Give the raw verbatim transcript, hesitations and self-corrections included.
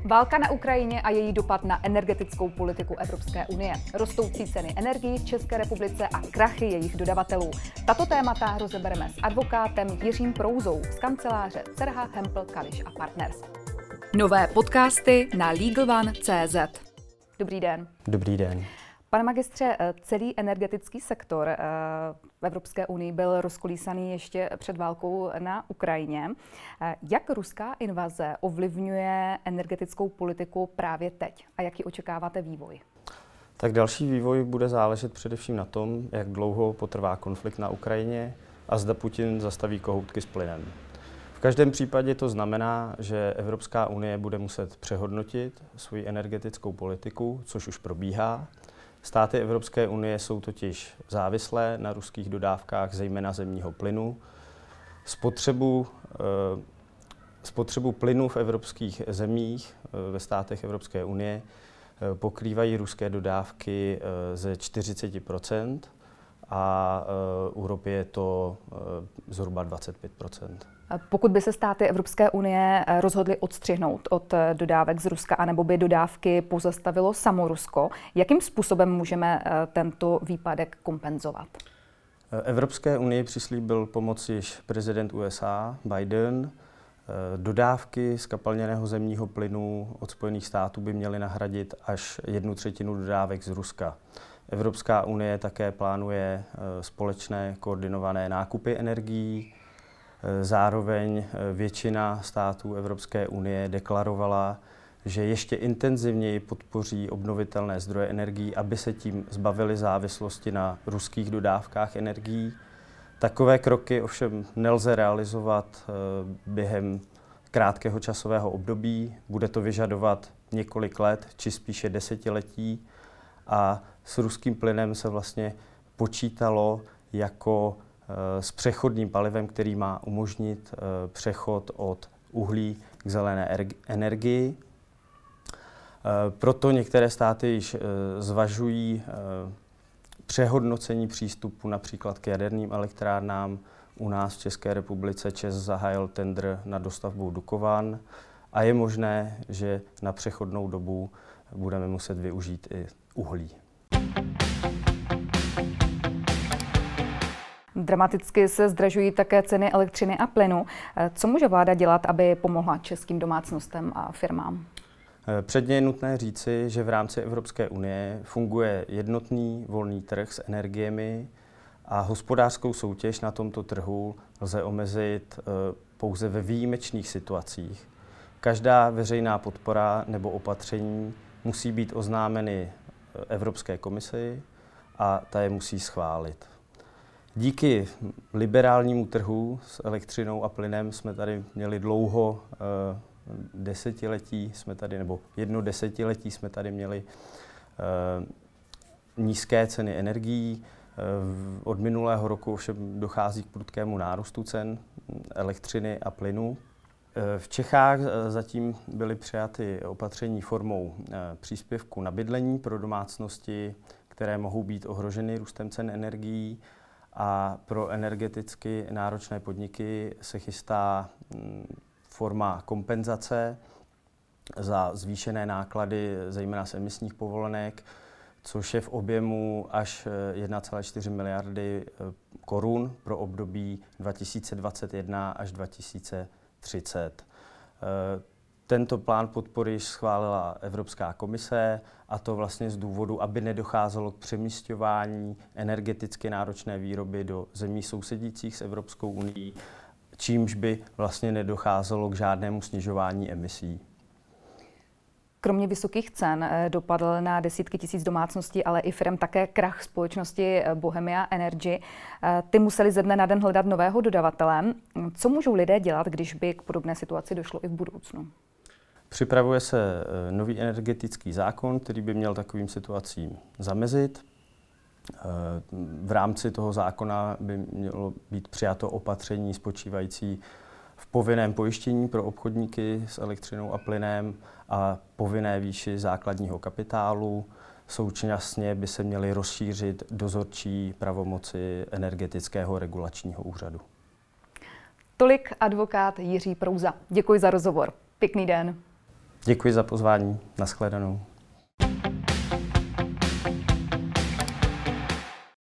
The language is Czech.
Válka na Ukrajině a její dopad na energetickou politiku Evropské unie. Rostoucí ceny energií v České republice a krachy jejich dodavatelů. Tato témata rozebereme s advokátem Jiřím Prouzou z kanceláře Cerha, Hempel, Kališ a Partners. Nové podcasty na Legal One tečka cé zet. Dobrý den. Dobrý den. Pane magistře, celý energetický sektor v Evropské unii byl rozkolísaný ještě před válkou na Ukrajině. Jak ruská invaze ovlivňuje energetickou politiku právě teď a jaký očekáváte vývoj? Tak další vývoj bude záležet především na tom, jak dlouho potrvá konflikt na Ukrajině a zda Putin zastaví kohoutky s plynem. V každém případě to znamená, že Evropská unie bude muset přehodnotit svou energetickou politiku, což už probíhá. Státy Evropské unie jsou totiž závislé na ruských dodávkách, zejména zemního plynu. Spotřebu, spotřebu plynu v evropských zemích, ve státech Evropské unie, pokrývají ruské dodávky ze čtyřicet procent a u ropy je to zhruba dvacet pět procent. Pokud by se státy Evropské unie rozhodly odstřihnout od dodávek z Ruska, anebo by dodávky pozastavilo samo Rusko, jakým způsobem můžeme tento výpadek kompenzovat? Evropské unii přislíbil pomoc již prezident U S A Biden. Dodávky zkapalněného zemního plynu od Spojených států by měly nahradit až jednu třetinu dodávek z Ruska. Evropská unie také plánuje společné koordinované nákupy energií. Zároveň většina států Evropské unie deklarovala, že ještě intenzivněji podpoří obnovitelné zdroje energií, aby se tím zbavili závislosti na ruských dodávkách energií. Takové kroky ovšem nelze realizovat během krátkého časového období. Bude to vyžadovat několik let, či spíše desetiletí. A s ruským plynem se vlastně počítalo jako s přechodným palivem, který má umožnit přechod od uhlí k zelené energii. Proto některé státy již zvažují přehodnocení přístupu například k jaderným elektrárnám. U nás v České republice ČEZ zahájil tendr na dostavbu Dukovan a je možné, že na přechodnou dobu budeme muset využít i uhlí. Dramaticky se zdražují také ceny elektřiny a plynu. Co může vláda dělat, aby pomohla českým domácnostem a firmám? Předně je nutné říci, že v rámci Evropské unie funguje jednotný volný trh s energiemi a hospodářskou soutěž na tomto trhu lze omezit pouze ve výjimečných situacích. Každá veřejná podpora nebo opatření musí být oznámeny Evropské komisi a ta je musí schválit. Díky liberálnímu trhu s elektřinou a plynem jsme tady měli dlouho desetiletí, jsme tady, nebo jedno desetiletí jsme tady měli nízké ceny energií. Od minulého roku ovšem dochází k prudkému nárůstu cen elektřiny a plynu. V Čechách zatím byly přijaty opatření formou příspěvku na bydlení pro domácnosti, které mohou být ohroženy růstem cen energií. A pro energeticky náročné podniky se chystá forma kompenzace za zvýšené náklady, zejména z emisních povolenek, což je v objemu až jedna celá čtyři miliardy korun pro období dva tisíce dvacet jedna až dva tisíce třicet. Tento plán podpory schválila Evropská komise, a to vlastně z důvodu, aby nedocházelo k přemísťování energeticky náročné výroby do zemí sousedících s Evropskou unií, čímž by vlastně nedocházelo k žádnému snižování emisí. Kromě vysokých cen dopadl na desítky tisíc domácností, ale i firm také krach společnosti Bohemia Energy. Ty museli ze dne na den hledat nového dodavatele. Co můžou lidé dělat, když by k podobné situaci došlo i v budoucnu? Připravuje se nový energetický zákon, který by měl takovým situacím zamezit. V rámci toho zákona by mělo být přijato opatření spočívající v povinném pojištění pro obchodníky s elektřinou a plynem a povinné výši základního kapitálu. Současně by se měly rozšířit dozorčí pravomoci Energetického regulačního úřadu. Tolik advokát Jiří Prouza. Děkuji za rozhovor. Pěkný den. Děkuji za pozvání. Nashledanou.